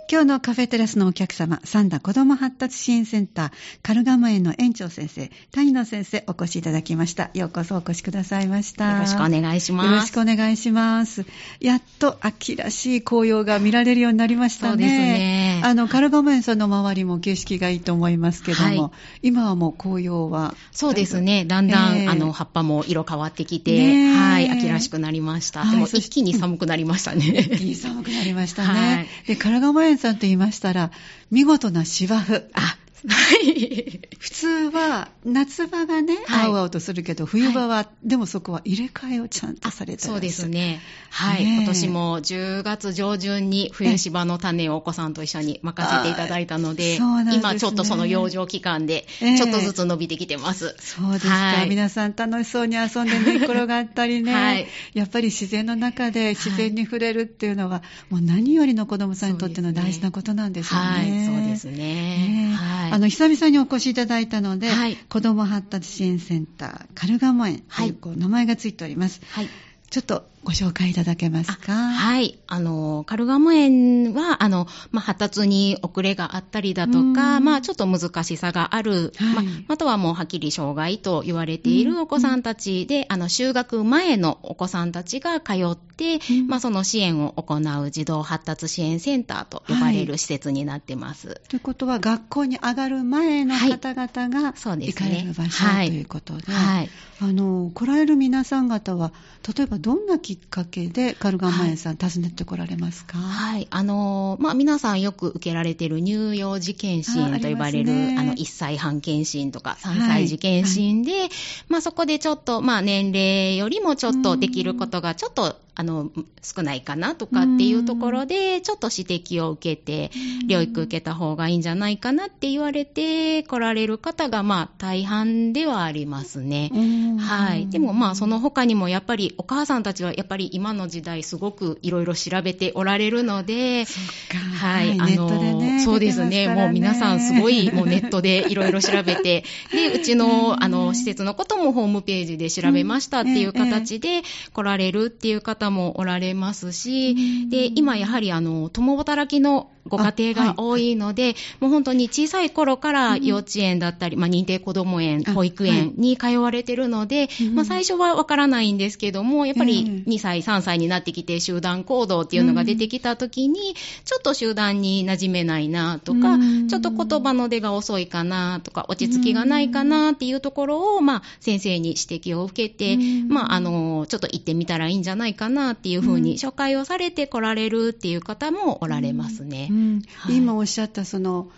今日のカフェテラスのお客様、三田子ども発達支援センターカルガモ園の園長先生、谷野先生お越しいただきました。ようこそお越しくださいました。 よろしくお願いします。 よろしくお願いします。やっと秋らしい紅葉が見られるようになりましたね。 そうですね。 カルガモ園さんの周りも景色がいいと思いますけども、はい、今はもう紅葉はそうですね。だんだん、葉っぱも色変わってきて、はい、秋らしくなりました。でも一気に寒くなりましたね。 一気に寒くなりましたね。はい、でカルガモ園さんと言いましたら、見事な芝生。普通は夏場がね、青々とするけど、冬場は、でもそこは入れ替えをちゃんとされてそうですね。はい。今年も10月上旬に冬芝の種をお子さんと一緒に任せていただいたので、今ちょっとその養生期間でちょっとずつ伸びてきてます。 そうですか、はい。皆さん楽しそうに遊んで寝っ転がったりね、はい、やっぱり自然の中で自然に触れるっていうのは、もう何よりの子どもさんにとっての大事なことなんですよね。 はい、そうですね。 はい、久々にお越しいただいたので、はい、子ども発達支援センターカルガモ園という、名前がついております。はい、ちょっとご紹介いただけますか？ はい。カルガモ園は、発達に遅れがあったりだとか、ちょっと難しさがある、はい、あとはもうはっきり障害と言われているお子さんたちで、就学前のお子さんたちが通って、その支援を行う児童発達支援センターと呼ばれる施設になってます。はい、 ということは、学校に上がる前の方々が行かれる場所、ということで、はい、来られる皆さん方は、例えばどんなきっかけでカルガモ園さん訪ねてこられますか？ はい。皆さんよく受けられている乳幼児検診と呼ばれる、1歳半検診とか3歳児検診で、はいはい、そこでちょっと、年齢よりもちょっとできることがちょっと少ないかなとかっていうところで、ちょっと指摘を受けて、療育受けた方がいいんじゃないかなって言われて来られる方が、大半ではありますね。はい。でもその他にもやっぱりお母さんたちはやっぱり今の時代すごくいろいろ調べておられるので、 はい。ネットでね。 そうですね。もう皆さんすごいもうネットでいろいろ調べて、で、うちの施設のこともホームページで調べましたっていう形で来られるっていう方もおられますし、で、今やはり共働きのご家庭が多いので、もう本当に小さい頃から幼稚園だったり、認定こども園、保育園に通われてるので、最初はわからないんですけども、やっぱり2歳、3歳になってきて集団行動っていうのが出てきたときに、ちょっと集団に馴染めないなとか、ちょっと言葉の出が遅いかなとか、落ち着きがないかなっていうところを、先生に指摘を受けて、ちょっと行ってみたらいいんじゃないかなっていうふうに紹介をされて来られるっていう方もおられますね。 はい、今おっしゃったその、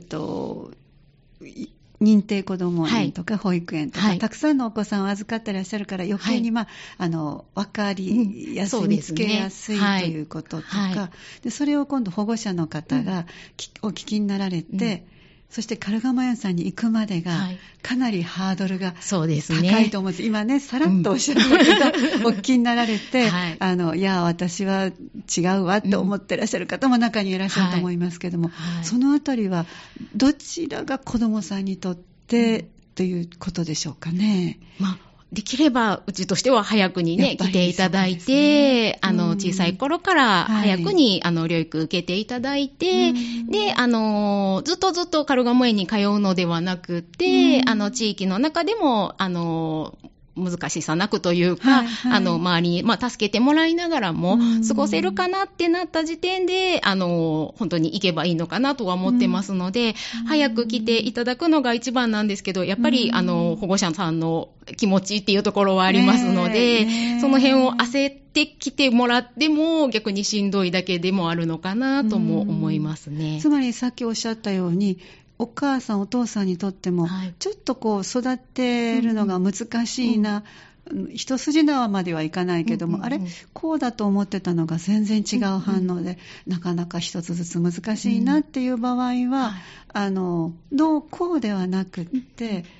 認定こども園とか保育園とか、たくさんのお子さんを預かってらっしゃるから余計に、分かりやすい、見つけやすいということとか、でそれを今度保護者の方がお聞きになられて、そしてカルガモ園さんに行くまでがかなりハードルが高いと思うんです。今ね、さらっとおっしゃったけど、お聞きになられて、いや、私は違うわと思ってらっしゃる方も中にいらっしゃると思いますけども、そのあたりはどちらが子どもさんにとってということでしょうかね。 できれば、うちとしては早くにね、来ていただいて、小さい頃から早くに、療育受けていただいて、で、ずっとカルガモ園に通うのではなくて、地域の中でも、難しさなくというか、周りに、助けてもらいながらも過ごせるかなってなった時点で、本当に行けばいいのかなとは思ってますので、早く来ていただくのが一番なんですけど、やっぱり、保護者さんの気持ちっていうところはありますので、その辺を焦ってきてもらっても、逆にしんどいだけでもあるのかなとも思いますね。 つまりさっきおっしゃったように、お母さんお父さんにとっても、ちょっと育てるのが難しいな、一筋縄まではいかないけども、あれこうだと思ってたのが全然違う反応で、なかなか一つずつ難しいなっていう場合は、どうこうではなくって、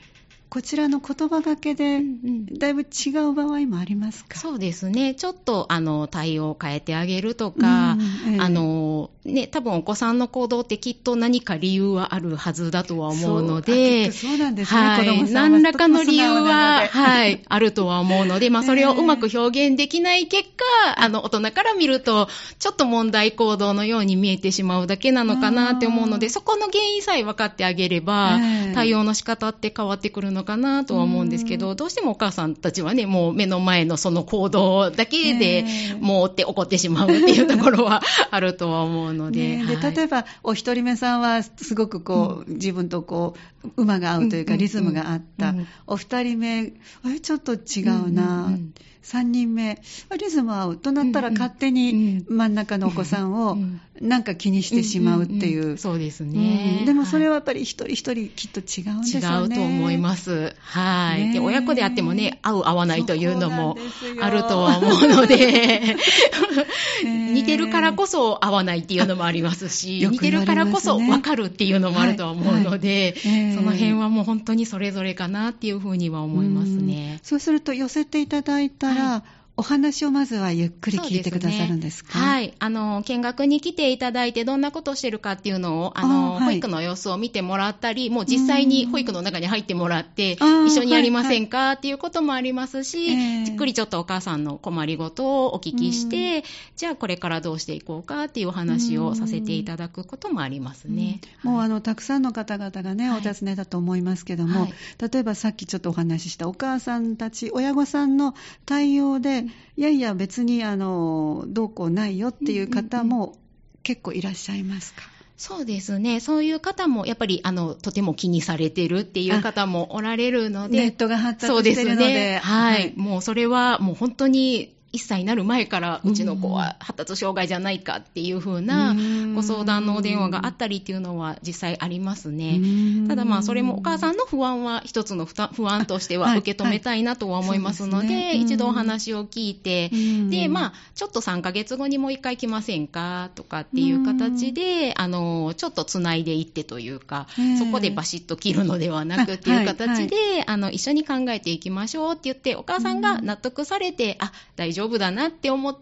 こちらの言葉がけでだいぶ違う場合もありますか？ そうですね。ちょっと対応を変えてあげるとか、多分お子さんの行動ってきっと何か理由はあるはずだとは思うので、 そうなんですね。 はい、 子供さんは何らかの理由は、はい、あるとは思うので、それをうまく表現できない結果、大人から見るとちょっと問題行動のように見えてしまうだけなのかなって思うので、そこの原因さえ分かってあげれば、対応の仕方って変わってくるのかなとは思うんですけど、どうしてもお母さんたちはね、もう目の前のその行動だけでもうって怒ってしまうっていうところはあるとは思うので、 例えばお一人目さんはすごく自分と馬が合うというかリズムがあった、お二人目ちょっと違うな、3人目リズム合うとなったら勝手に真ん中のお子さんをなんか気にしてしまうっていう、 そうですね、 でもそれはやっぱり一人一人きっと違うんでしょうね。 違うと思います。はい。で、親子であってもね、合う合わないというのもあるとは思うので、似てるからこそ合わないっていうのもありますし、似てるからこそ分かるっていうのもあるとは思うので、その辺はもう本当にそれぞれかなっていうふうには思いますね。 そうすると寄せていただいたら、お話をまずはゆっくり聞いてくださるんですか？ はい。見学に来ていただいてどんなことをしてるかっていうのを、保育の様子を見てもらったり、もう実際に保育の中に入ってもらって、一緒にやりませんかっていうこともありますし、じっくりちょっとお母さんの困りごとをお聞きして、じゃあこれからどうしていこうかっていうお話をさせていただくこともありますね。 もうたくさんの方々がね、お尋ねだと思いますけども、例えばさっきちょっとお話ししたお母さんたち、親御さんの対応で、いやいや別にどうこうないよっていう方も結構いらっしゃいますか？ そうですね。そういう方もやっぱりとても気にされてるっていう方もおられるので、 ネットが発達してるので、 そうですね。はい。もうそれはもう本当に1歳になる前からうちの子は発達障害じゃないかっていう風なご相談のお電話があったりっていうのは実際ありますね。ただそれもお母さんの不安は一つの不安としては受け止めたいなとは思いますので、一度お話を聞いて、でちょっと3ヶ月後にもう一回来ませんかとかっていう形でちょっとつないでいってというか、そこでバシッと切るのではなくっていう形で、一緒に考えていきましょうって言って、お母さんが納得されて、大丈夫だなって思って、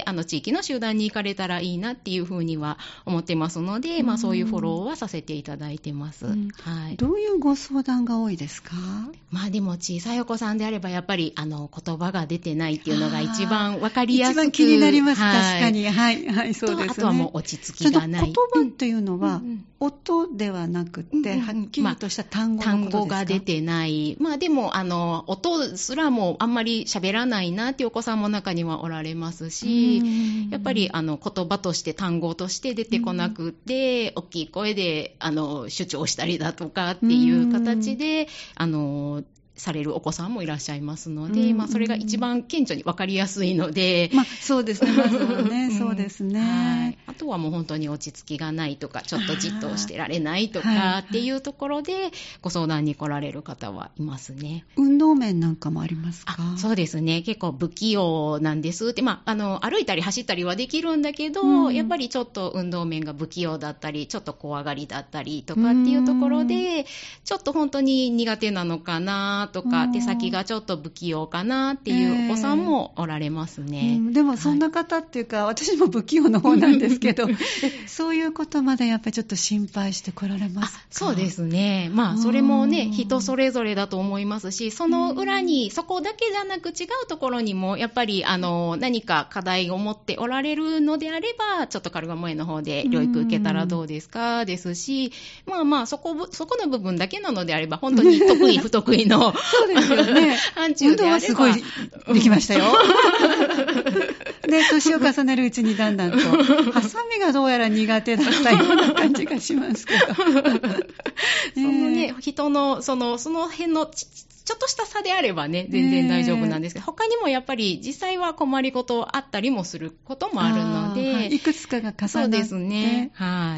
地域の集団に行かれたらいいなっていうふうには思ってますので、そういうフォローはさせていただいてます。はい。 どういうご相談が多いですか？ でも小さいお子さんであればやっぱり言葉が出てないっていうのが一番わかりやすく、 一番気になります。確かに。はい、そうですね。 あとはもう落ち着きがない。 言葉っていうのは、音ではなくて、はっきりとした単語のことですか？単語が出てない。でも音すらもあんまり喋らないなっていうお子さんも中にはおられますし、やっぱり言葉として単語として出てこなくて、大きい声で主張したりだとかっていう形でされるお子さんもいらっしゃいますので、それが一番顕著に分かりやすいので、 そうですね、まずはね、そうですね、 はい。あとはもう本当に落ち着きがないとか、ちょっとじっとしてられないとかっていうところでご相談に来られる方はいますね。 運動面なんかもありますか？ そうですね、結構不器用なんですって、歩いたり走ったりはできるんだけど、やっぱりちょっと運動面が不器用だったり、ちょっと怖がりだったりとかっていうところで、ちょっと本当に苦手なのかなとか、手先がちょっと不器用かなっていうお子さんもおられますね。 でもそんな方っていうか、私も不器用の方なんですけどそういうことまでやっぱりちょっと心配して来られますか？ そうですね。それもね、人それぞれだと思いますし、その裏にそこだけじゃなく違うところにもやっぱり何か課題を持っておられるのであれば、ちょっとカルガモ園の方で療育受けたらどうですかですし、そこの部分だけなのであれば、本当に得意不得意のそうですよね。 範疇であれば。運動はすごいできましたよ。で、年を重ねるうちにだんだんと、ハサミがどうやら苦手だったような感じがしますけど。 そのね、人の、その辺のちょっとした差であればね、全然大丈夫なんですけど、他にもやっぱり実際は困りごとあったりもすることもあるので、 いくつかが重なって。 そうですね。はい。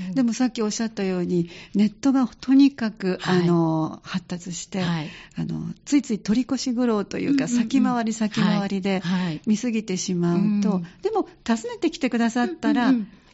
でもさっきおっしゃったように、ネットがとにかく、発達して、ついつい取り越し苦労というか、先回りで見すぎてしまうと、でも訪ねてきてくださったら、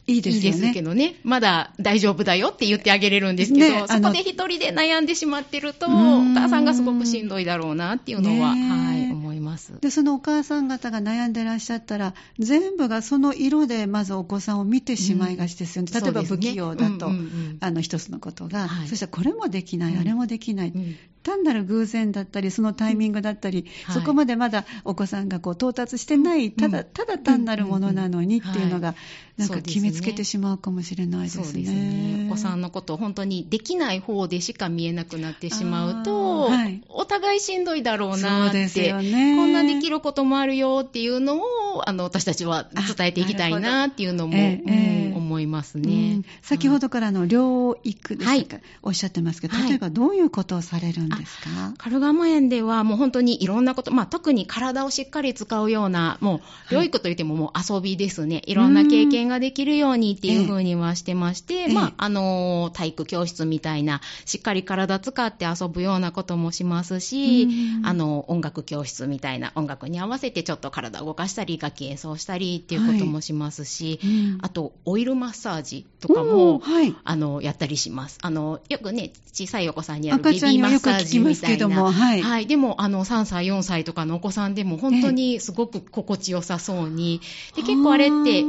いいですよね。 いいですけどね。まだ大丈夫だよって言ってあげれるんですけど、 ね、 そこで一人で悩んでしまってると、お母さんがすごくしんどいだろうなっていうのは、はい、思います。 で、そのお母さん方が悩んでらっしゃったら、全部がその色でまずお子さんを見てしまいがちですよね。例えば不器用だと、一つのことが、はい、そしたらこれもできない、あれもできない。単なる偶然だったり、そのタイミングだったり、そこまでまだお子さんが到達してない、ただ単なるものなのにっていうのが、なんか決めつけてしまうかもしれないですね。 そうですね。お子さんのことを本当にできない方でしか見えなくなってしまうと、はい、お互いしんどいだろうなって、そうですよね、こんなできることもあるよっていうのを私たちは伝えていきたいなっていうのも、思いますね。 先ほどから療育ですか、はい、おっしゃってますけど、例えばどういうことをされるんですか？ カルガモ園ではもう本当にいろんなこと、特に体をしっかり使うような、もう療育といってももう遊びですね。いろんな経験ができるようにっていう風にはしてまして、体育教室みたいな、しっかり体使って遊ぶようなこともしますし、音楽教室みたいな、音楽に合わせてちょっと体を動かしたり、楽器演奏したりっていうこともしますし、あと、オイルマッサージとかも、やったりします。よくね、小さいお子さんにやるベビーマッサージみたいな。はい。でも、3歳、4歳とかのお子さんでも本当にすごく心地よさそうに。で、結構あれって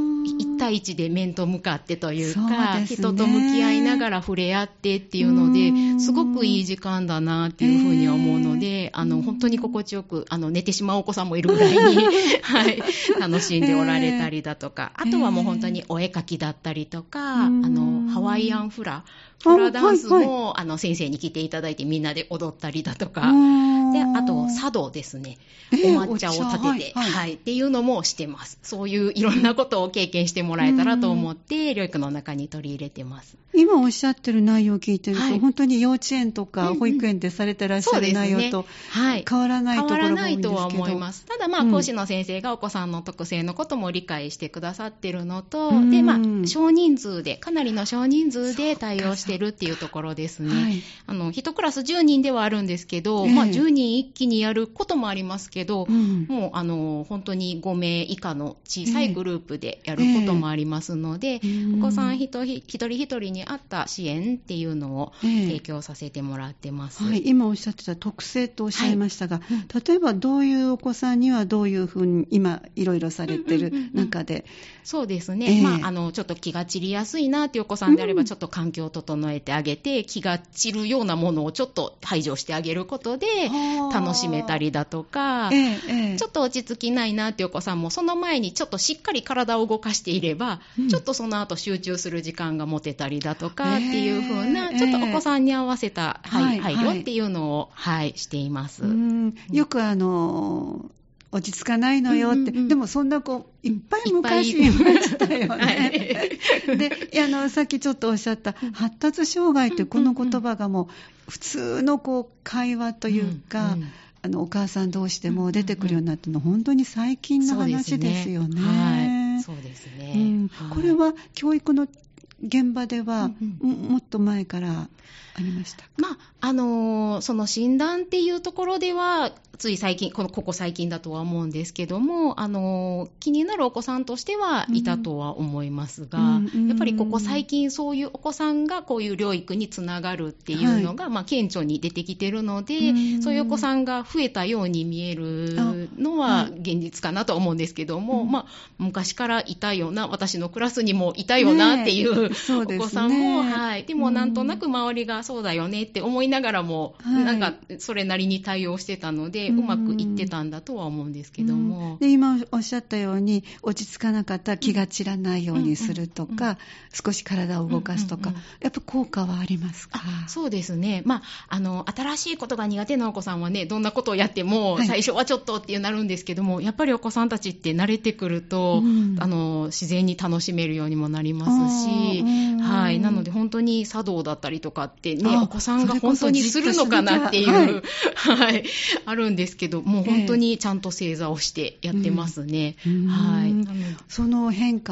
、1対1で面と向かってというか、人と向き合いながら触れ合ってっていうので、すごくいい時間だなっていうふうには思うので、本当に心地よく、寝てしまうお子さんもいるぐらいに、はい、楽しんでおられたりだとか、あとはもう本当にお絵描きだったりとか、ハワイアンフラダンスも、先生に来ていただいてみんなで踊ったりだとか、で、あと、茶道ですね。お抹茶を立てて、っていうのもしてます。そういういろんなことを経験してもらえたらと思って、療育の中に取り入れてます。 今おっしゃってる内容を聞いてると、本当に幼稚園とか保育園でされてらっしゃる内容と変わらないところが多いんですけど。変わらないとは思います。ただ講師の先生がお子さんの特性のことも理解してくださってるのと、で、少人数で、かなりの少人数で対応してるっていうところですね。1クラス10人ではあるんですけど、10人一気にやることもありますけど、もう本当に5名以下の小さいグループでやることもありますので、お子さん一人一人に合った支援っていうのを提供させてもらってます。 今おっしゃってた特性とおっしゃいましたが、例えばどういうお子さんにはどういうふうに今いろいろされてる中で、 そうですね、ちょっと気が散りやすいなっていうお子さんであれば、ちょっと環境を整えてあげて、気が散るようなものをちょっと排除してあげることで楽しめたりだとか、ちょっと落ち着きないなっていうお子さんもその前にちょっとしっかり体を動かしていれば、ちょっとその後集中する時間が持てたりだとかっていう風な、ちょっとお子さんに合わせた配慮っていうのを、しています。 よく落ち着かないのよって、でもそんな子いっぱい昔いましたよね。で、さっきちょっとおっしゃった発達障害ってこの言葉がもう普通の会話というか、お母さん同士でも出てくるようになっての本当に最近の話ですよね。 そうですね。 これは教育の現場では、もっと前からありましたか？ その診断っていうところでは、つい最近、ここ最近だとは思うんですけども、気になるお子さんとしてはいたとは思いますが、やっぱりここ最近そういうお子さんがこういう療育につながるっていうのが、顕著に出てきてるので、そういうお子さんが増えたように見えるのは現実かなと思うんですけども、昔からいたような、私のクラスにもいたよなっていうお子さんも、でもなんとなく周りがそうだよねって思いながらも、なんかそれなりに対応してたので、うまくいってたんだとは思うんですけども。 で、今おっしゃったように、落ち着かなかったら気が散らないようにするとか、少し体を動かすとか、やっぱ効果はありますか？ そうですね。新しいことが苦手なお子さんはね、どんなことをやっても、最初はちょっとってなるんですけども、やっぱりお子さんたちって慣れてくると、自然に楽しめるようにもなりますし、なので本当に茶道だったりとかってね、お子さんが本当にするのかなっていう、あるんですけど、もう本当にちゃんと正座をしてやってますね。 その変化を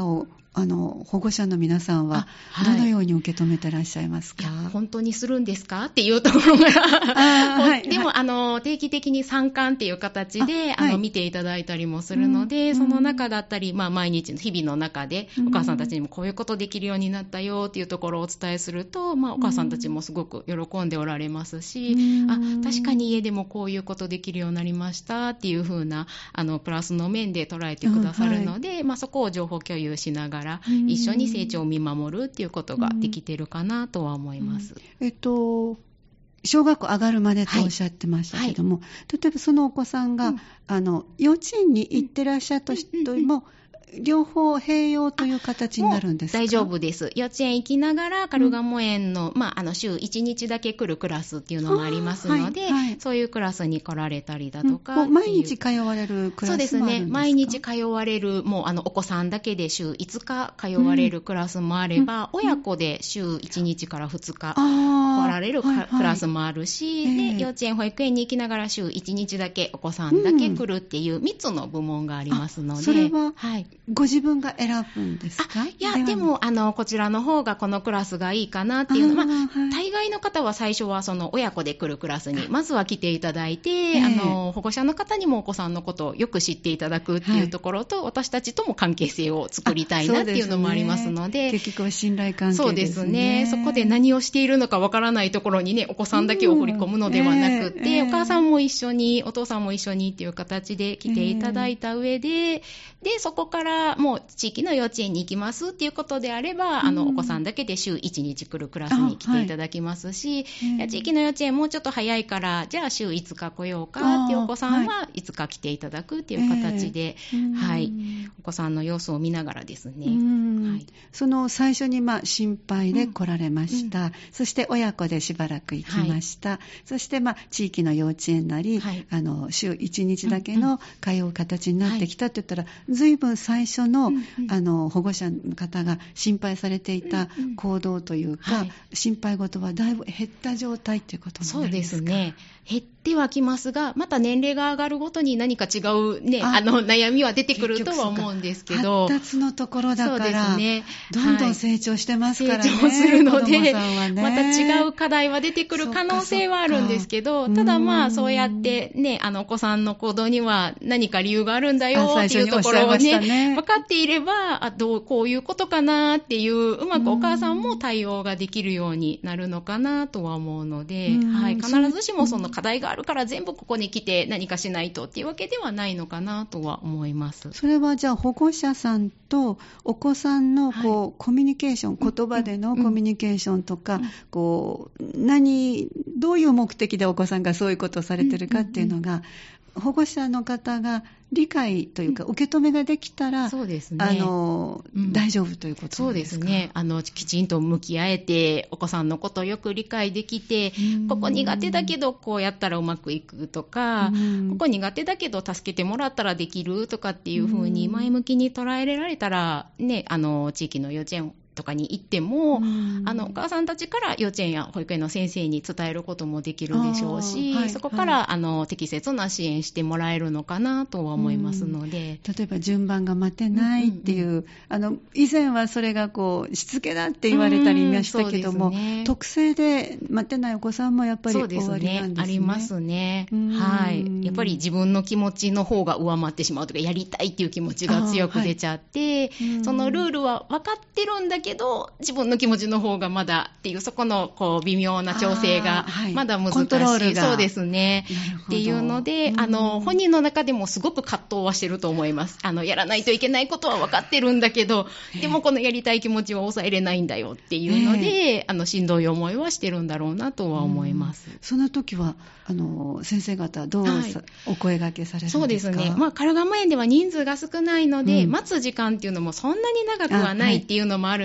保護者の皆さんはどのように受け止めてらっしゃいますか？ いや本当にするんですかっていうところがはい、でも定期的に参観っていう形で見ていただいたりもするので、その中だったり、毎日の日々の中でお母さんたちにもこういうことできるようになったよっていうところをお伝えすると、お母さんたちもすごく喜んでおられますし、確かに家でもこういうことできるようになりましたっていう風なプラスの面で捉えてくださるので、そこを情報共有しながら一緒に成長を見守るっていうことができてるかなとは思います。 小学校上がるまでとおっしゃってましたけども、例えばそのお子さんが、幼稚園に行ってらっしゃった人も、両方併用という形になるんですか？ 大丈夫です。幼稚園行きながらカルガモ園の、週1日だけ来るクラスっていうのもありますので、そういうクラスに来られたりだとか、 毎日通われるクラスもあるんですか？そうですね。 毎日通われる、もうお子さんだけで週5日通われるクラスもあれば、親子で週1日から2日来られるクラスもあるし、で幼稚園保育園に行きながら週1日だけお子さんだけ来るっていう3つの部門がありますので、 それは、ご自分が選ぶんですか？ いや、でもこちらの方がこのクラスがいいかなっていうのは、大概の方は最初はその親子で来るクラスにまずは来ていただいて、保護者の方にもお子さんのことをよく知っていただくっていうところと、私たちとも関係性を作りたいなっていうのもありますので、 結局は信頼関係ですね。 そうですね。そこで何をしているのかわからないところにね、お子さんだけを振り込むのではなくて、お母さんも一緒にお父さんも一緒にっていう形で来ていただいた上で、そこからもう地域の幼稚園に行きますっていうことであれば、お子さんだけで週1日来るクラスに来ていただきますし、地域の幼稚園もうちょっと早いから、じゃあ週5日来ようかっていうお子さんは5日来ていただくっていう形で、お子さんの様子を見ながらですね。 その最初に心配で来られました。そして親子でしばらく行きました。そして地域の幼稚園なり、週1日だけの通う形になってきたって言ったら、随分最初の、保護者の方が心配されていた行動というか、心配事はだいぶ減った状態ということになるんですか？ そうですね。減ってはきますが、また年齢が上がるごとに何か違うね、悩みは出てくるとは思うんですけど。 発達のところだから、そうですね、どんどん成長してますからね。 成長するので、また違う課題は出てくる可能性はあるんですけど、ただそうやってね、お子さんの行動には何か理由があるんだよっていうところをね、分かっていれば、こういうことかなっていう、うまくお母さんも対応ができるようになるのかなとは思うので、必ずしもその課題があるから全部ここに来て何かしないとっていうわけではないのかなとは思います。 それはじゃあ保護者さんとお子さんのコミュニケーション、言葉でのコミュニケーションとか、どういう目的でお子さんがそういうことをされてるかっていうのが、保護者の方が理解というか受け止めができたら、 そうですね、 大丈夫ということなんですか？ そうですね。きちんと向き合えてお子さんのことをよく理解できて、ここ苦手だけどこうやったらうまくいくとか、ここ苦手だけど助けてもらったらできるとかっていう風に前向きに捉えられたらね、地域の幼稚園とかに行っても、お母さんたちから幼稚園や保育園の先生に伝えることもできるでしょうし、そこから、適切な支援してもらえるのかなとは思いますので、 例えば順番が待てないっていう、以前はそれがしつけだって言われたりましたけども、特性で待てないお子さんもやっぱりおありなんですね。 ありますね。やっぱり自分の気持ちの方が上回ってしまうとか、やりたいっていう気持ちが強く出ちゃって、そのルールは分かってるんだけど自分の気持ちの方がまだっていう、そこの微妙な調整がまだ難しい、コントロールが、そうですねっていうので、本人の中でもすごく葛藤はしてると思います。やらないといけないことは分かってるんだけど、でもこのやりたい気持ちは抑えれないんだよっていうので、しんどい思いはしてるんだろうなとは思います。 その時は先生方どう、お声掛けされるんですか？ そうですね、カルガモ園では人数が少ないので、待つ時間っていうのもそんなに長くはないっていうのもある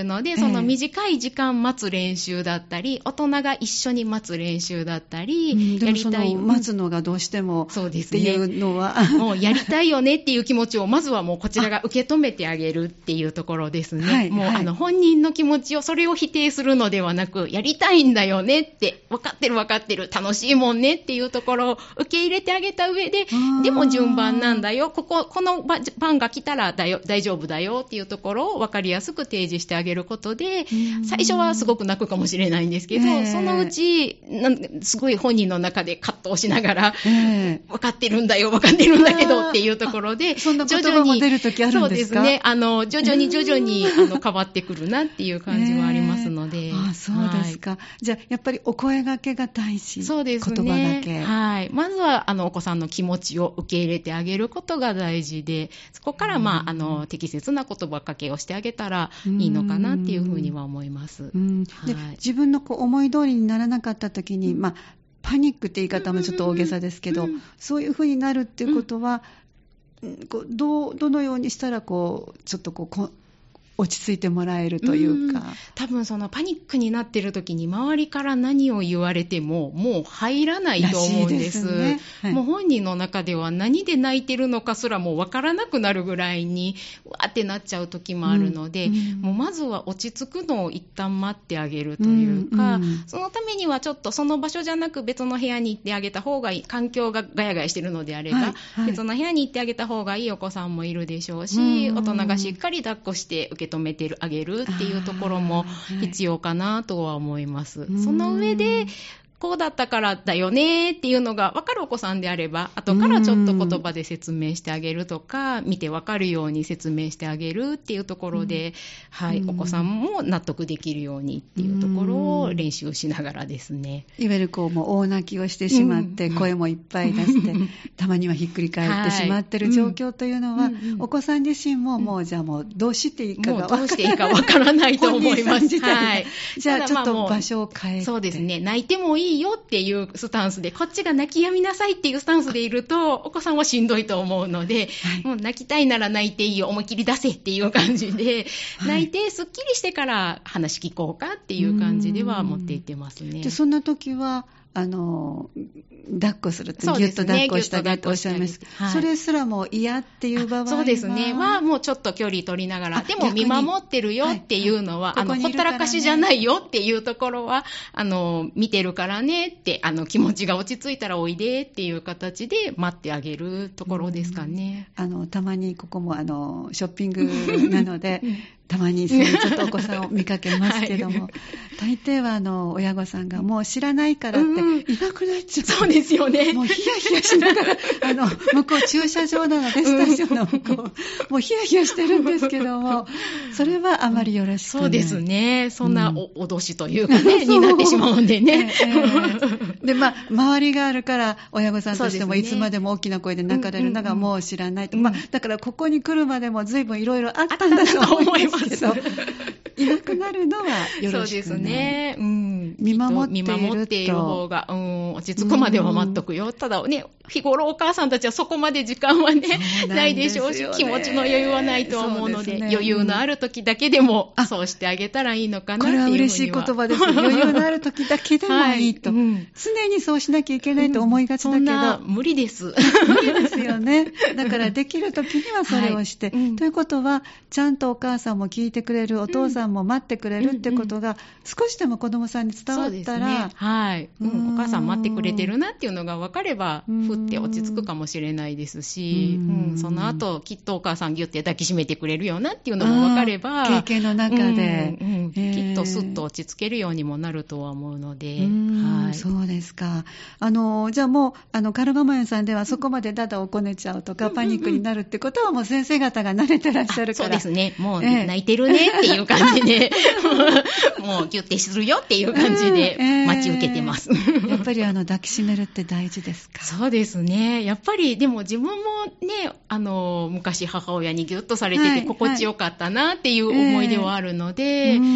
ので、その短い時間待つ練習だったり、大人が一緒に待つ練習だったり、 やりたい、待つのがどうしてもそうですっていうのは、 もうやりたいよねっていう気持ちをまずはもうこちらが受け止めてあげるっていうところですね。もう本人の気持ちを、それを否定するのではなく、やりたいんだよねって、分かってる、楽しいもんねっていうところを受け入れてあげた上で、でも順番なんだよ、この番が来たら大丈夫だよっていうところを分かりやすく提示してあげることで、最初はすごく泣くかもしれないんですけど、そのうちすごい本人の中で葛藤しながら、分かってるんだけどっていうところで、 そんな言葉も出るときあるんですか？ そうですね、徐々に変わってくるなっていう感じはありますので。 そうですか。じゃあやっぱりお声掛けが大事。 そうですね。 言葉だけ。 はい。まずはお子さんの気持ちを受け入れてあげることが大事で、そこから適切な言葉かけをしてあげたらいいのかなっていうふうには思います。 で、自分の思い通りにならなかったときに、パニックって言い方もちょっと大げさですけど、そういうふうになるっていうことは、どのようにしたらちょっと落ち着いてもらえるというか、 多分そのパニックになっている時に周りから何を言われてももう入らないと思うんです。もう本人の中では何で泣いてるのかすらもう分からなくなるぐらいにわーってなっちゃう時もあるので、もうまずは落ち着くのを一旦待ってあげるというか、そのためにはちょっとその場所じゃなく別の部屋に行ってあげた方がいい、環境がガヤガヤしてるのであれば、別の部屋に行ってあげた方がいいお子さんもいるでしょうし、大人がしっかり抱っこして受け止めてあげるっていうところも必要かなとは思います。その上でこうだったからだよねっていうのが分かるお子さんであれば、後からちょっと言葉で説明してあげるとか、見て分かるように説明してあげるっていうところで、お子さんも納得できるようにっていうところを練習しながらですね。 いわゆるもう大泣きをしてしまって、声もいっぱい出して、たまにはひっくり返ってしまってる状況というのは、お子さん自身ももうじゃあもうどうしていいかがどうしていいか分からないと思います。 じゃあちょっと場所を変えて。 そうですね。泣いてもいいよっていうスタンスで、こっちが泣き止みなさいっていうスタンスでいるとお子さんはしんどいと思うので、もう泣きたいなら泣いていいよ、思いっきり出せっていう感じで、泣いてすっきりしてから話聞こうかっていう感じでは持っていってますね。 でそんな時は抱っこするって、ギュッと抱っこしてあげるとおっしゃいます。それすらも嫌っていう場合は、 そうですね、もうちょっと距離取りながら、でも見守ってるよっていうのは、ほったらかしじゃないよっていうところは、見てるからねって、気持ちが落ち着いたらおいでっていう形で待ってあげるところですかね。 たまにここもショッピングなので、たまにそういうちょっとお子さんを見かけますけども、大抵は親御さんがもう知らないからっていなくなっちゃう。 そうですよね。 もうヒヤヒヤしながら、向こう駐車場なので、スタジオの向こう、もうヒヤヒヤしてるんですけども、それはあまりよろしくない。 そうですね。そんな脅しというかね、になってしまうんでね。 で、周りがあるから、親御さんとしてもいつまでも大きな声で泣かれるのがもう知らないと。だからここに来るまでも随分いろいろあったんだと思いますけど、いなくなるのはよろしくない。そうですね。見守っている方が、落ち着くまでは待っとくよ。ただね、日頃お母さんたちはそこまで時間はね、ないでしょうし、気持ちの余裕はないと思うので、余裕のある時だけでもそうしてあげたらいいのかなっていうふうには。 これは嬉しい言葉です。余裕のある時だけでもいいと。常にそうしなきゃいけないと思いがちだけど。 そんな無理です。 無理ですよね。だからできる時にはそれをして。ということは、ちゃんとお母さんも聞いてくれる、お父さんも待ってくれるってことが、少しでも子供さんに伝わったら、 お母さん待ってくれてるなっていうのが分かれば、ふって落ち着くかもしれないですし、その後きっとお母さんギュッて抱きしめてくれるよなっていうのも分かれば、 経験の中で、 きっとスッと落ち着けるようにもなるとは思うので、 そうですか。じゃあもうカルガモ園さんではそこまでだだをこねちゃうとか、パニックになるってことはもう先生方が慣れてらっしゃるから。 そうですね。もう泣いてるねっていう感じで、もうギュッてするよっていう感じで待ち受けてます。 やっぱり抱きしめるって大事ですか？ そうですね。やっぱりでも自分もね、昔母親にギュッとされてて心地よかったなっていう思い出はあるので、本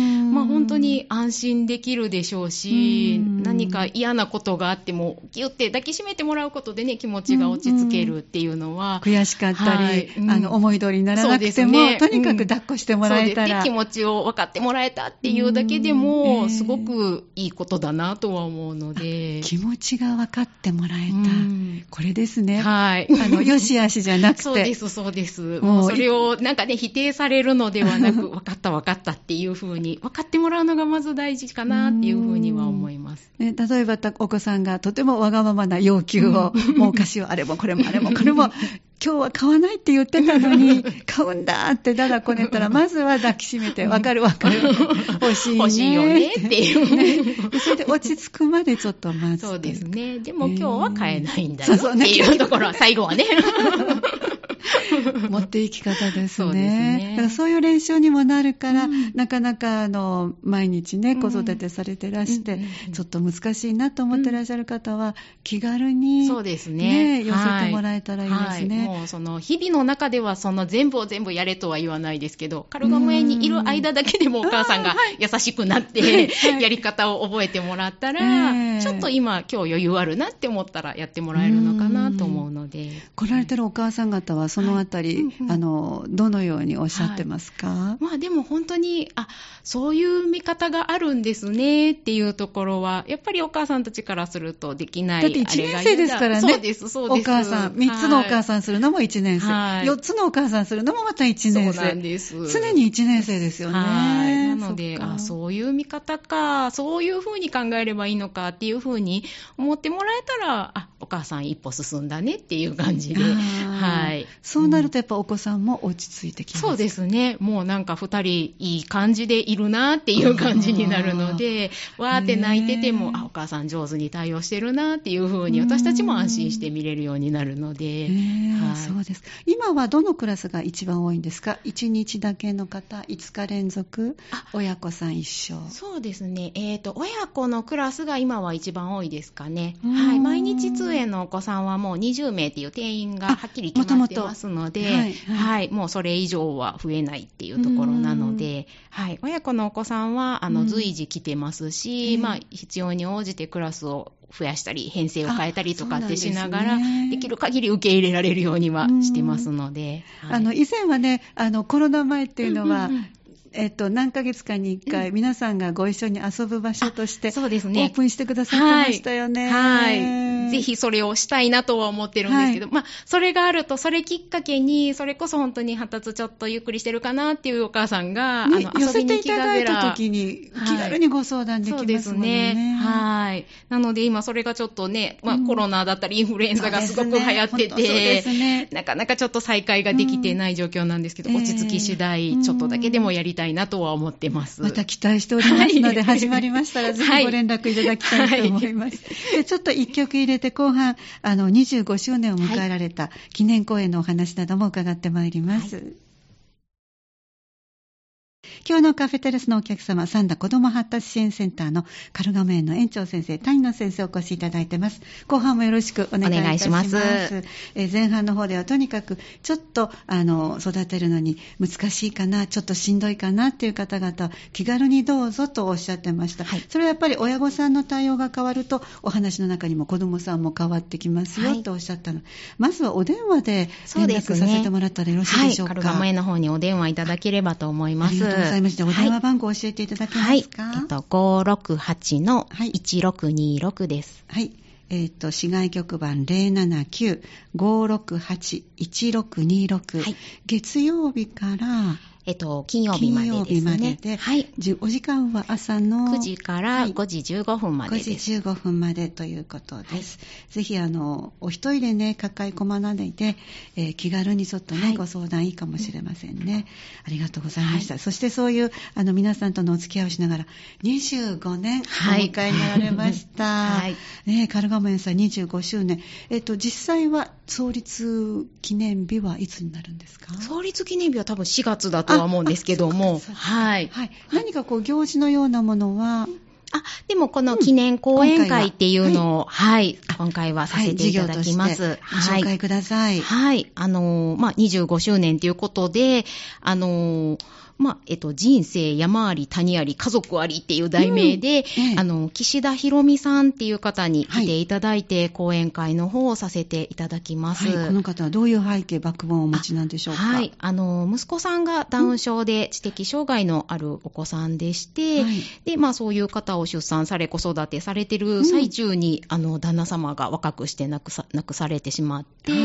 本当に安心できるでしょうし、何か嫌なことがあってもギュッて抱きしめてもらうことでね、気持ちが落ち着けるっていうのは、 悔しかったり、思い通りにならなくても、とにかく抱っこしてもらえたら、 そうですね、気持ちを分かってもらえたっていうだけでも、すごくいいことだなとは思うので、 気持ちが分かってもらえた、これですね。 はい。 よしあしじゃなくて。 そうです、そうです。もうそれをなんかね、否定されるのではなく、分かった分かったっていうふうに、分かってもらうのがまず大事かなっていうふうには思います。 例えばお子さんがとてもわがままな要求を、もうお菓子をあれもこれもあれもこれも、今日は買わないって言ってたのに、買うんだってだだこねたら、まずは抱きしめて、わかるわかる。欲しいね。 欲しいよねっていうね。 それで落ち着くまでちょっと待つ。 そうですね。でも今日は買えないんだよっていうところは、最後はね。 持っていき方ですね。 そうですね。 だからそういう練習にもなるから、なかなか毎日ね、子育てされてらして、ちょっと難しいなと思ってらっしゃる方は、気軽に、 そうですね。 寄せてもらえたらいいですね。 もうその日々の中ではその全部を全部やれとは言わないですけど、カルガモ園にいる間だけでもお母さんが優しくなって、やり方を覚えてもらったら、ちょっと今日余裕あるなって思ったらやってもらえるのかなと思うので。 来られてるお母さん方はそのあたり、どのようにおっしゃってますか？ でも本当に、そういう見方があるんですねっていうところは、やっぱりお母さんたちからするとできない。 だって1年生ですからね。 そうです、そうです。 お母さん、3つのお母さんするのも1年生。4つのお母さんするのもまた1年生。 そうなんです。 常に1年生ですよね。 なので、そういう見方か、そういうふうに考えればいいのかっていうふうに思ってもらえたら、お母さん一歩進んだねっていう感じで。 そうなるとやっぱお子さんも落ち着いてきます。 そうですね。もうなんか2人いい感じでいるなっていう感じになるので、わーって泣いてても、お母さん上手に対応してるなっていうふうに私たちも安心して見れるようになるので。 そうです。今はどのクラスが一番多いんですか？1日だけの方、5日連続、親子さん一緒。 そうですね。親子のクラスが今は一番多いですかね。毎日通園のお子さんはもう20名っていう定員がはっきり決まってますので、もうそれ以上は増えないっていうところなので、親子のお子さんは随時来てますし、必要に応じてクラスを増やしたり編成を変えたりとかってしながら、できる限り受け入れられるようにはしてますので、 以前はね、コロナ前っていうのは、何ヶ月かに1回、皆さんがご一緒に遊ぶ場所として、 そうですね、 オープンしてくださってましたよね。 ぜひそれをしたいなとは思ってるんですけど、それがあると、それきっかけに、それこそ本当に発達ちょっとゆっくりしてるかなっていうお母さんが、 寄せていただいた時に、気軽にご相談できますもんね。 そうですね。なので今それがちょっとね、コロナだったりインフルエンザがすごく流行ってて、なかなかちょっと再開ができてない状況なんですけど、落ち着き次第、ちょっとだけでもやりたいなとは思ってます。 また期待しておりますので、始まりましたらぜひご連絡いただきたいと思います。でちょっと1曲入れて後半25周年を迎えられた記念公演のお話なども伺ってまいります。今日のカフェテラスのお客様、三田子ども発達支援センターのカルガモ園の園長先生、谷野先生お越しいただいてます。後半もよろしくお願いいたします。前半の方ではとにかくちょっと育てるのに難しいかな、ちょっとしんどいかなっていう方々、気軽にどうぞとおっしゃってました。それはやっぱり親御さんの対応が変わると、お話の中にも子どもさんも変わってきますよとおっしゃったの。まずはお電話で連絡させてもらったらよろしいでしょうか。 カルガモ園の方にお電話いただければと思います。 ありがとうございました。お電話番号を教えていただけますか。 568-1626です。 市外局番 079-568-1626、月曜日から金曜日までですね。 お時間は朝の 9時から5時15分までです。 5時15分までということです。ぜひお一人でね、抱え込まないで、気軽にちょっとね、ご相談いいかもしれませんね。ありがとうございました。そしてそういう皆さんとのお付き合いをしながら25年お迎えになられました。カルガモ園さん25周年。実際は創立記念日はいつになるんですか？ 創立記念日は多分4月だとは思うんですけども、 何か行事のようなものはでもこの記念講演会っていうのを、今回はさせていただきます。 ご紹介ください。 25周年ということで、 人生山あり谷あり家族ありっていう題名で、岸田博美さんっていう方に来ていただいて、講演会の方をさせていただきます。 この方はどういう背景、バックボーンをお持ちなんでしょうか。 息子さんがダウン症で知的障害のあるお子さんでして、で、そういう方を出産され子育てされてる最中に、旦那様が若くして亡くされてしまって、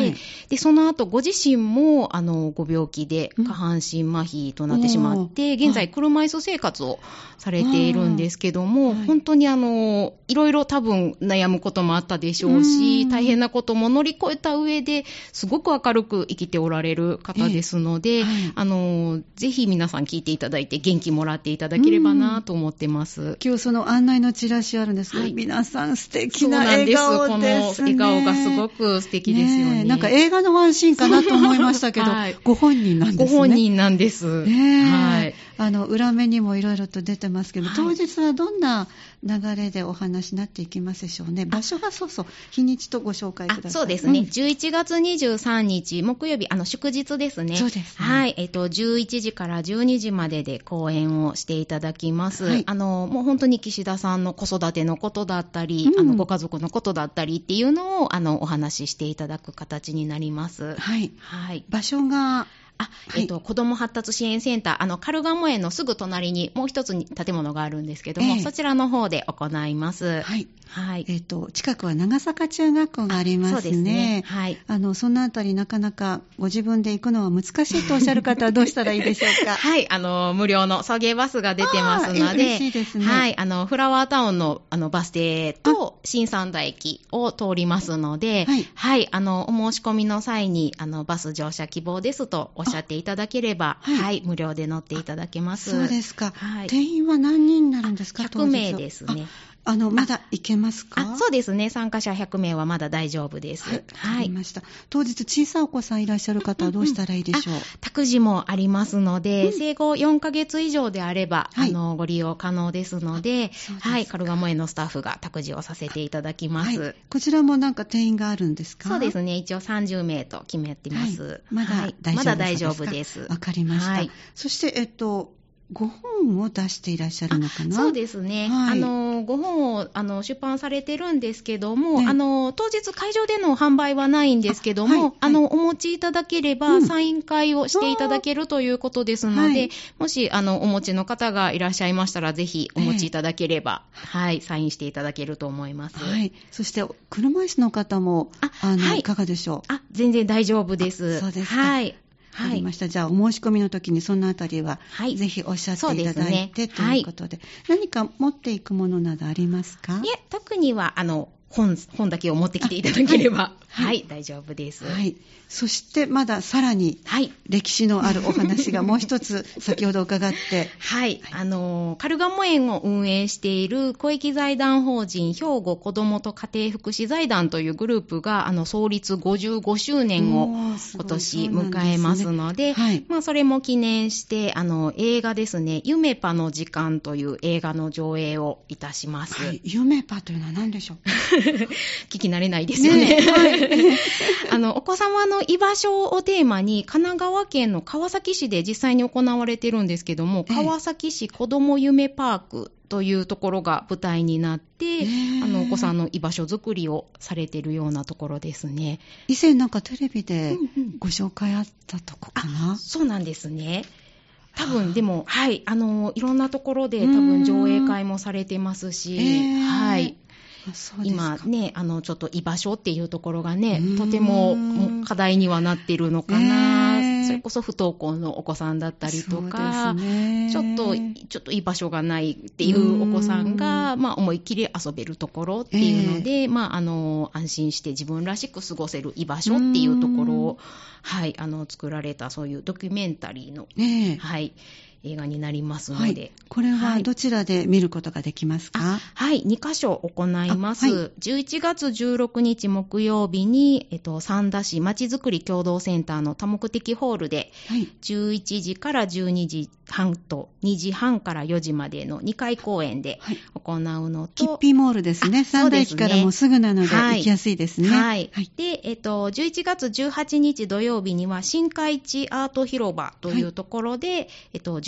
でその後ご自身もご病気で下半身麻痺となってしまって、現在車椅子生活をされているんですけども、本当にいろいろ多分悩むこともあったでしょうし、大変なことも乗り越えた上ですごく明るく生きておられる方ですので、ぜひ皆さん聞いていただいて元気もらっていただければなと思ってます。 今日その案内のチラシあるんですが、皆さん素敵な笑顔ですね。 この笑顔がすごく素敵ですよね。 なんか映画のワンシーンかなと思いましたけど、ご本人なんですね。 ご本人なんです。 裏面にもいろいろと出てますけど、当日はどんな流れでお話になっていきますでしょうね。場所が日にちとご紹介ください。 そうですね。11月23日木曜日、祝日ですね。 そうですね。 11時から12時までで講演をしていただきます。もう本当に岸田さんの子育てのことだったり、ご家族のことだったりっていうのをお話ししていただく形になります。 場所が子ども発達支援センター、カルガモ園のすぐ隣にもう一つに建物があるんですけども、そちらの方で行います。 近くは長坂中学校がありますね。そうですね。そのあたりなかなかご自分で行くのは難しいとおっしゃる方はどうしたらいいでしょうか。 無料の送迎バスが出てますので、 嬉しいですね。 フラワータウンのバス停と新三田駅を通りますので、お申し込みの際にバス乗車希望ですとおっしゃっていただければ、無料で乗っていただけます。 そうですか。定員は何人になるんですか。 100名ですね。 まだ行けますか。 そうですね。参加者100名はまだ大丈夫です。 わかりました。当日小さいお子さんいらっしゃる方はどうしたらいいでしょう。 託児もありますので、生後4ヶ月以上であれば、ご利用可能ですので、カルガモ園のスタッフが託児をさせていただきます。 こちらもなんか定員があるんですか。 そうですね。一応30名と決めてます。 まだ大丈夫です。わかりました。そしてご本を出していらっしゃるのかな。 そうですね。ご本を出版されてるんですけども、当日会場での販売はないんですけども、お持ちいただければ、サイン会をしていただけるということですので、もしお持ちの方がいらっしゃいましたら、ぜひお持ちいただければ、サインしていただけると思います。 そして車椅子の方もいかがでしょう。 全然大丈夫です。 そうですか。わかりました。じゃあお申し込みの時にそのあたりは、ぜひおっしゃっていただいて、ということで、何か持っていくものなどありますか。 いえ、特には本だけを持ってきていただければ、大丈夫です。 そしてまださらに、歴史のあるお話がもう一つ先ほど伺って、 カルガモ園を運営している公益財団法人兵庫子どもと家庭福祉財団というグループが創立55周年を今年迎えますので、それも記念して映画ですね、夢パの時間という映画の上映をいたします。 夢パというのは何でしょう。 聞き慣れないですよね。お子様の居場所をテーマに神奈川県の川崎市で実際に行われているんですけども、川崎市子ども夢パークというところが舞台になって、お子さんの居場所づくりをされているようなところですね。 以前なんかテレビでご紹介あったとこかな。 そうなんですね。多分でもいろんなところで多分上映会もされてますし、今ね、ちょっと居場所っていうところがね、とても課題にはなっているのかな。それこそ不登校のお子さんだったりとか、ちょっと居場所がないっていうお子さんが、思いっきり遊べるところっていうので、安心して自分らしく過ごせる居場所っていうところを、作られたそういうドキュメンタリーの、映画になりますので、 これはどちらで見ることができますか。 2カ所行います。11月16日木曜日に、三田市まちづくり共同センターの多目的ホールで、11時から12時半と2時半から4時までの2回公演で行うのと、 キッピーモールですね。三田駅からもすぐなので行きやすいですね。 で、11月18日土曜日には新海地アート広場というところで、11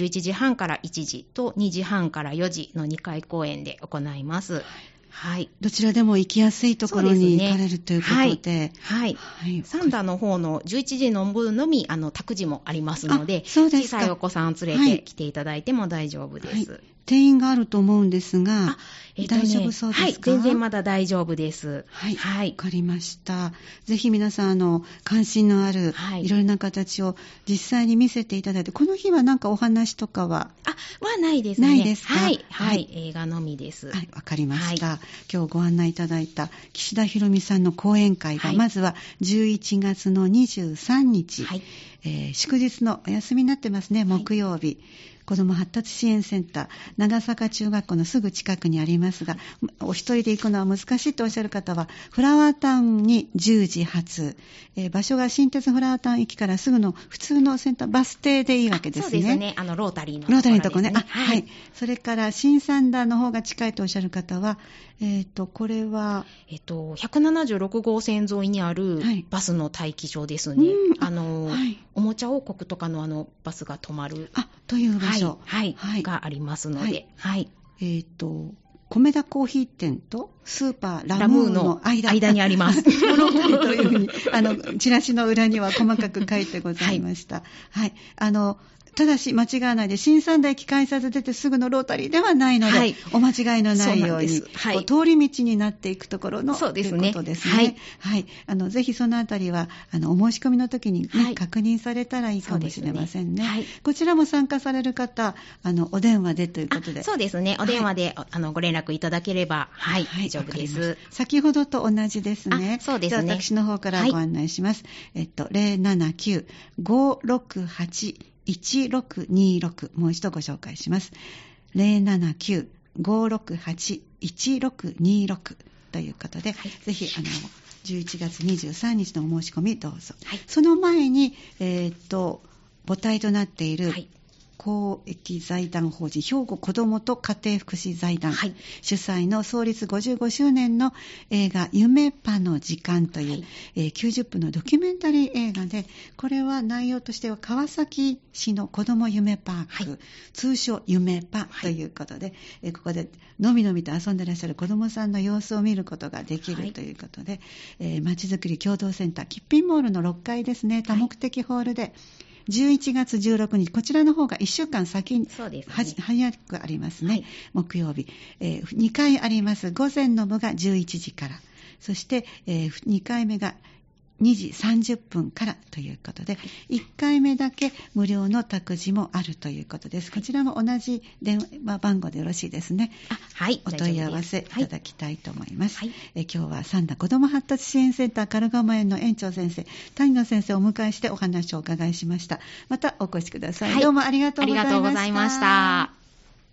11時半から1時と2時半から4時の2回公演で行います。はい。 どちらでも行きやすいところに行かれるということで。 はい。はい。サンダの方の11時の分のみ、託児もありますので、小さいお子さんを連れて来ていただいても大丈夫です。はい、 定員があると思うんですが、大丈夫そうですか？ はい、全然まだ大丈夫です。 はい。はい。わかりました。ぜひ皆さん、関心のある、いろいろな形を実際に見せていただいて、この日はなんかお話とかは？ はないですね。 ないですか？ はい。はい。映画のみです。 はい。わかりました。はい、今日ご案内いただいた岸田ひろみさんの講演会が、まずは11月の23日、はい、祝日のお休みになってますね、木曜日。子ども発達支援センター長坂中学校のすぐ近くにありますが、お一人で行くのは難しいとおっしゃる方はフラワータウンに10時発、場所が新鉄フラワータウン駅からすぐの普通のセンターバス停でいいわけですね。 そうですね。ロータリーのところですね。 ロータリーのとこね。はい。それから新三段の方が近いとおっしゃる方は、これは 176号線沿いにあるバスの待機場ですね。おもちゃ王国とかのバスが止まるという場所、 がありますので、 米田コーヒー店とスーパーラムーの間にあります。 というふうにチラシの裏には細かく書いてございました。はい。ただし間違わないで、新三田駅改札出てすぐのロータリーではないので、お間違いのないように、通り道になっていくところのということですね。はい。ぜひそのあたりはお申し込みの時に、確認されたらいいかもしれませんね。こちらも参加される方、お電話でということで。 そうですね。お電話でご連絡いたただければ、大丈夫です。 先ほどと同じですね。 そうですね。 私の方からご案内します。079-568-1626、もう一度ご紹介します。079-568-1626ということで、ぜひ11月23日のお申し込みどうぞ。その前に母体となっている、公益財団法人兵庫子どもと家庭福祉財団、主催の創立55周年の映画夢パの時間という、90分のドキュメンタリー映画で、これは内容としては川崎市の子ども夢パーク、通称夢パということで、ここでのびのびと遊んでいらっしゃる子どもさんの様子を見ることができるということで、まちづくり共同センターキッピンモールの6階ですね、多目的ホールで11月16日、こちらの方が1週間先に早くありますね、木曜日、2回あります。午前の部が11時から、そして、2回目が2時30分からということで、1回目だけ無料の託児もあるということです。こちらも同じ電話番号でよろしいですね。お問い合わせいただきたいと思います。今日は三田子ども発達支援センターカルガモ園の園長先生、谷野先生をお迎えしてお話をお伺いしました。またお越しください。どうもありがとうございました。